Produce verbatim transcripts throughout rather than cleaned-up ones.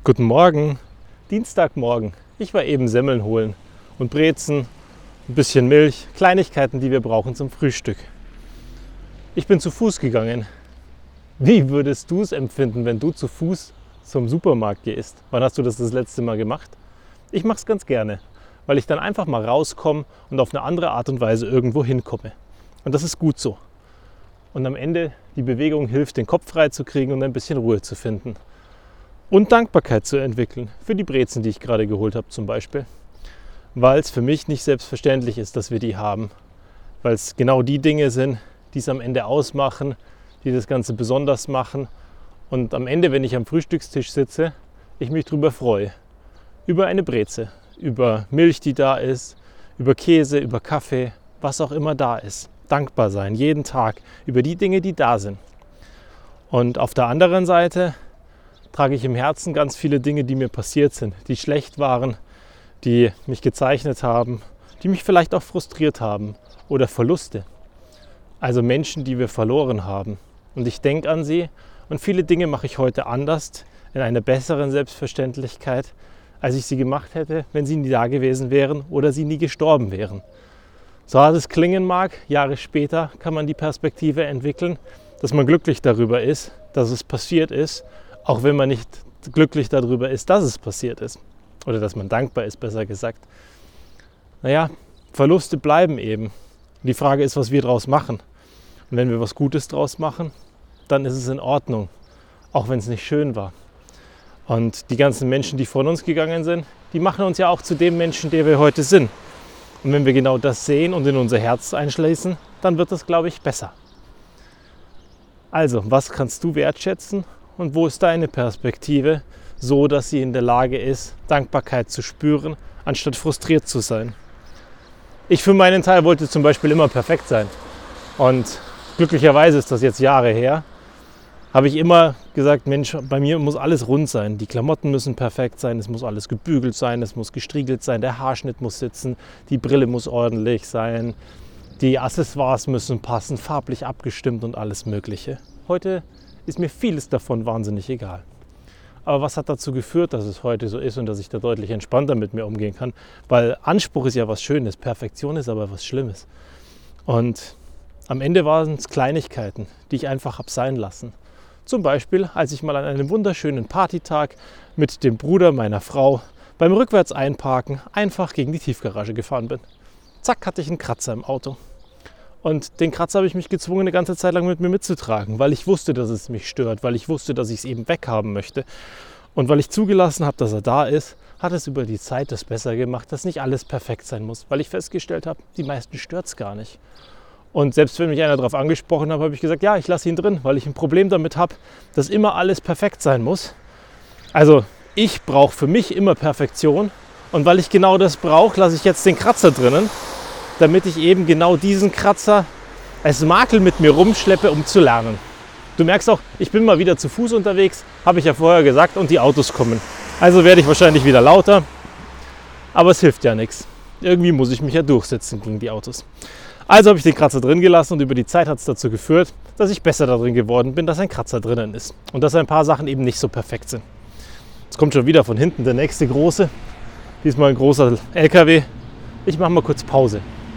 Guten Morgen, Dienstagmorgen. Ich war eben Semmeln holen und Brezen, ein bisschen Milch, Kleinigkeiten, die wir brauchen zum Frühstück. Ich bin zu Fuß gegangen. Wie würdest du es empfinden, wenn du zu Fuß zum Supermarkt gehst? Wann hast du das das letzte Mal gemacht? Ich mache es ganz gerne, weil ich dann einfach mal rauskomme und auf eine andere Art und Weise irgendwo hinkomme. Und das ist gut so. Und am Ende die Bewegung hilft, den Kopf frei zu kriegen und ein bisschen Ruhe zu finden. Und Dankbarkeit zu entwickeln für die Brezen, die ich gerade geholt habe zum Beispiel. Weil es für mich nicht selbstverständlich ist, dass wir die haben. Weil es genau die Dinge sind, die es am Ende ausmachen, die das Ganze besonders machen. Und am Ende, wenn ich am Frühstückstisch sitze, ich mich darüber freue. Über eine Breze, über Milch, die da ist, über Käse, über Kaffee, was auch immer da ist. Dankbar sein, jeden Tag, über die Dinge, die da sind. Und auf der anderen Seite trage ich im Herzen ganz viele Dinge, die mir passiert sind, die schlecht waren, die mich gezeichnet haben, die mich vielleicht auch frustriert haben oder Verluste. Also Menschen, die wir verloren haben. Und ich denke an sie und viele Dinge mache ich heute anders, in einer besseren Selbstverständlichkeit, als ich sie gemacht hätte, wenn sie nie da gewesen wären oder sie nie gestorben wären. So hart es klingen mag, Jahre später kann man die Perspektive entwickeln, dass man glücklich darüber ist, dass es passiert ist, auch wenn man nicht glücklich darüber ist, dass es passiert ist. Oder dass man dankbar ist, besser gesagt. Naja, Verluste bleiben eben. Die Frage ist, was wir daraus machen. Und wenn wir was Gutes daraus machen, dann ist es in Ordnung. Auch wenn es nicht schön war. Und die ganzen Menschen, die von uns gegangen sind, die machen uns ja auch zu dem Menschen, der wir heute sind. Und wenn wir genau das sehen und in unser Herz einschließen, dann wird es, glaube ich, besser. Also, was kannst du wertschätzen? Und wo ist deine Perspektive, so dass sie in der Lage ist, Dankbarkeit zu spüren, anstatt frustriert zu sein? Ich für meinen Teil wollte zum Beispiel immer perfekt sein. Und glücklicherweise ist das jetzt Jahre her, habe ich immer gesagt, Mensch, bei mir muss alles rund sein. Die Klamotten müssen perfekt sein, es muss alles gebügelt sein, es muss gestriegelt sein, der Haarschnitt muss sitzen, die Brille muss ordentlich sein, die Accessoires müssen passen, farblich abgestimmt und alles Mögliche. Heute ist mir vieles davon wahnsinnig egal. Aber was hat dazu geführt, dass es heute so ist und dass ich da deutlich entspannter mit mir umgehen kann? Weil Anspruch ist ja was Schönes, Perfektion ist aber was Schlimmes. Und am Ende waren es Kleinigkeiten, die ich einfach habe sein lassen. Zum Beispiel, als ich mal an einem wunderschönen Partytag mit dem Bruder meiner Frau beim Rückwärts-Einparken einfach gegen die Tiefgarage gefahren bin. Zack, hatte ich einen Kratzer im Auto. Und den Kratzer habe ich mich gezwungen, eine ganze Zeit lang mit mir mitzutragen, weil ich wusste, dass es mich stört, weil ich wusste, dass ich es eben weghaben möchte. Und weil ich zugelassen habe, dass er da ist, hat es über die Zeit das besser gemacht, dass nicht alles perfekt sein muss, weil ich festgestellt habe, die meisten stört es gar nicht. Und selbst wenn mich einer darauf angesprochen hat, habe ich gesagt, ja, ich lasse ihn drin, weil ich ein Problem damit habe, dass immer alles perfekt sein muss. Also ich brauche für mich immer Perfektion und weil ich genau das brauche, lasse ich jetzt den Kratzer drinnen, damit ich eben genau diesen Kratzer als Makel mit mir rumschleppe, um zu lernen. Du merkst auch, ich bin mal wieder zu Fuß unterwegs, habe ich ja vorher gesagt, und die Autos kommen. Also werde ich wahrscheinlich wieder lauter, aber es hilft ja nichts. Irgendwie muss ich mich ja durchsetzen gegen die Autos. Also habe ich den Kratzer drin gelassen und über die Zeit hat es dazu geführt, dass ich besser darin geworden bin, dass ein Kratzer drinnen ist. Und dass ein paar Sachen eben nicht so perfekt sind. Jetzt kommt schon wieder von hinten der nächste große, diesmal ein großer L K W. Ich mache mal kurz Pause.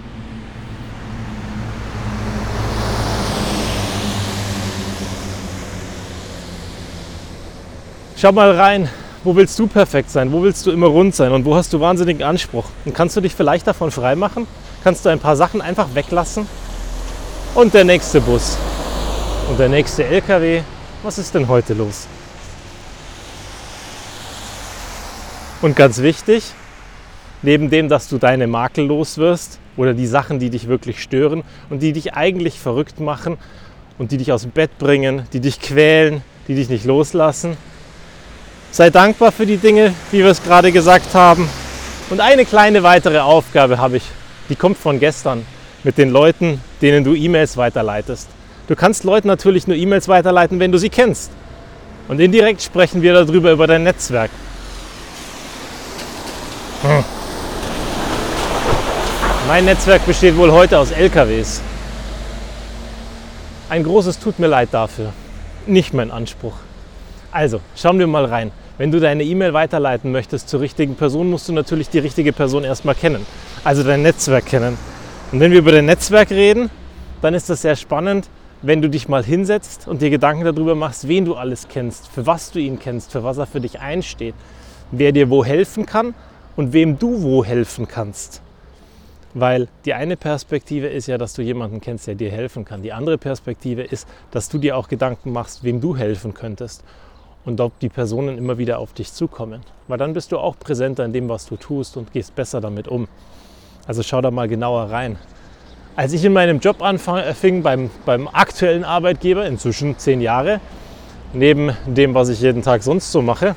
Schau mal rein, wo willst du perfekt sein, wo willst du immer rund sein und wo hast du wahnsinnigen Anspruch? Und kannst du dich vielleicht davon freimachen? Kannst du ein paar Sachen einfach weglassen? Und der nächste Bus und der nächste L K W, was ist denn heute los? Und ganz wichtig, neben dem, dass du deine Makel los wirst oder die Sachen, die dich wirklich stören und die dich eigentlich verrückt machen und die dich aus dem Bett bringen, die dich quälen, die dich nicht loslassen, sei dankbar für die Dinge, wie wir es gerade gesagt haben. Und eine kleine weitere Aufgabe habe ich, die kommt von gestern, mit den Leuten, denen du E-Mails weiterleitest. Du kannst Leuten natürlich nur E-Mails weiterleiten, wenn du sie kennst. Und indirekt sprechen wir darüber über dein Netzwerk. Hm. Mein Netzwerk besteht wohl heute aus L K Ws. Ein großes Tut mir leid dafür. Nicht mein Anspruch. Also, schauen wir mal rein. Wenn du deine E-Mail weiterleiten möchtest zur richtigen Person, musst du natürlich die richtige Person erstmal kennen, also dein Netzwerk kennen. Und wenn wir über dein Netzwerk reden, dann ist das sehr spannend, wenn du dich mal hinsetzt und dir Gedanken darüber machst, wen du alles kennst, für was du ihn kennst, für was er für dich einsteht, wer dir wo helfen kann und wem du wo helfen kannst. Weil die eine Perspektive ist ja, dass du jemanden kennst, der dir helfen kann. Die andere Perspektive ist, dass du dir auch Gedanken machst, wem du helfen könntest. Und ob die Personen immer wieder auf dich zukommen. Weil dann bist du auch präsenter in dem, was du tust und gehst besser damit um. Also schau da mal genauer rein. Als ich in meinem Job anfing, beim, beim aktuellen Arbeitgeber, inzwischen zehn Jahre, neben dem, was ich jeden Tag sonst so mache,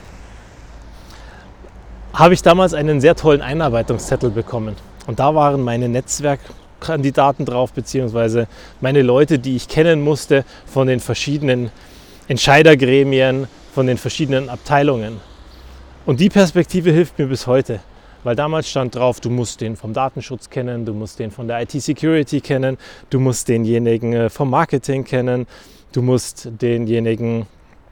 habe ich damals einen sehr tollen Einarbeitungszettel bekommen. Und da waren meine Netzwerkkandidaten drauf, beziehungsweise meine Leute, die ich kennen musste von den verschiedenen Entscheidergremien, von den verschiedenen Abteilungen. Und die Perspektive hilft mir bis heute, weil damals stand drauf, du musst den vom Datenschutz kennen, du musst den von der I T-Security kennen, du musst denjenigen vom Marketing kennen, du musst denjenigen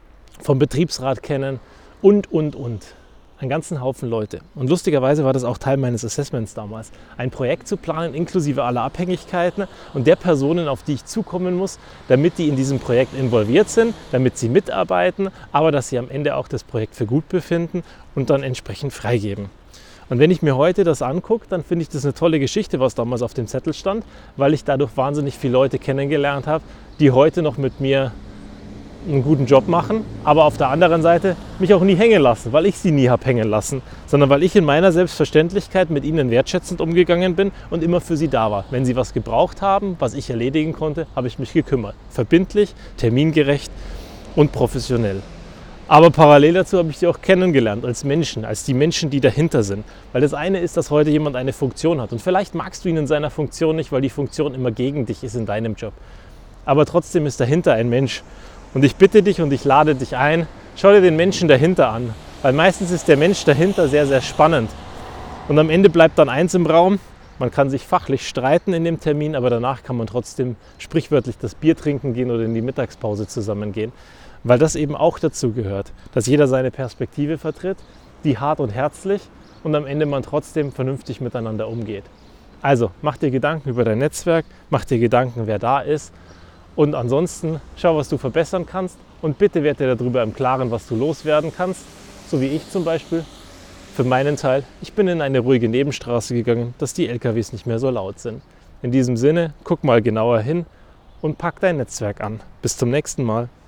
vom Betriebsrat kennen und, und, und. Einen ganzen Haufen Leute. Und lustigerweise war das auch Teil meines Assessments damals. Ein Projekt zu planen, inklusive aller Abhängigkeiten und der Personen, auf die ich zukommen muss, damit die in diesem Projekt involviert sind, damit sie mitarbeiten, aber dass sie am Ende auch das Projekt für gut befinden und dann entsprechend freigeben. Und wenn ich mir heute das angucke, dann finde ich das eine tolle Geschichte, was damals auf dem Zettel stand, weil ich dadurch wahnsinnig viele Leute kennengelernt habe, die heute noch mit mir einen guten Job machen, aber auf der anderen Seite mich auch nie hängen lassen, weil ich sie nie habe hängen lassen, sondern weil ich in meiner Selbstverständlichkeit mit ihnen wertschätzend umgegangen bin und immer für sie da war. Wenn sie was gebraucht haben, was ich erledigen konnte, habe ich mich gekümmert. Verbindlich, termingerecht und professionell. Aber parallel dazu habe ich sie auch kennengelernt als Menschen, als die Menschen, die dahinter sind. Weil das eine ist, dass heute jemand eine Funktion hat und vielleicht magst du ihn in seiner Funktion nicht, weil die Funktion immer gegen dich ist in deinem Job. Aber trotzdem ist dahinter ein Mensch. Und ich bitte dich und ich lade dich ein, schau dir den Menschen dahinter an, weil meistens ist der Mensch dahinter sehr, sehr spannend. Und am Ende bleibt dann eins im Raum, man kann sich fachlich streiten in dem Termin, aber danach kann man trotzdem sprichwörtlich das Bier trinken gehen oder in die Mittagspause zusammen gehen, weil das eben auch dazu gehört, dass jeder seine Perspektive vertritt, die hart und herzlich und am Ende man trotzdem vernünftig miteinander umgeht. Also mach dir Gedanken über dein Netzwerk, mach dir Gedanken, wer da ist. Und ansonsten schau, was du verbessern kannst und bitte werd dir darüber im Klaren, was du loswerden kannst, so wie ich zum Beispiel. Für meinen Teil, ich bin in eine ruhige Nebenstraße gegangen, dass die L K Ws nicht mehr so laut sind. In diesem Sinne, guck mal genauer hin und pack dein Netzwerk an. Bis zum nächsten Mal.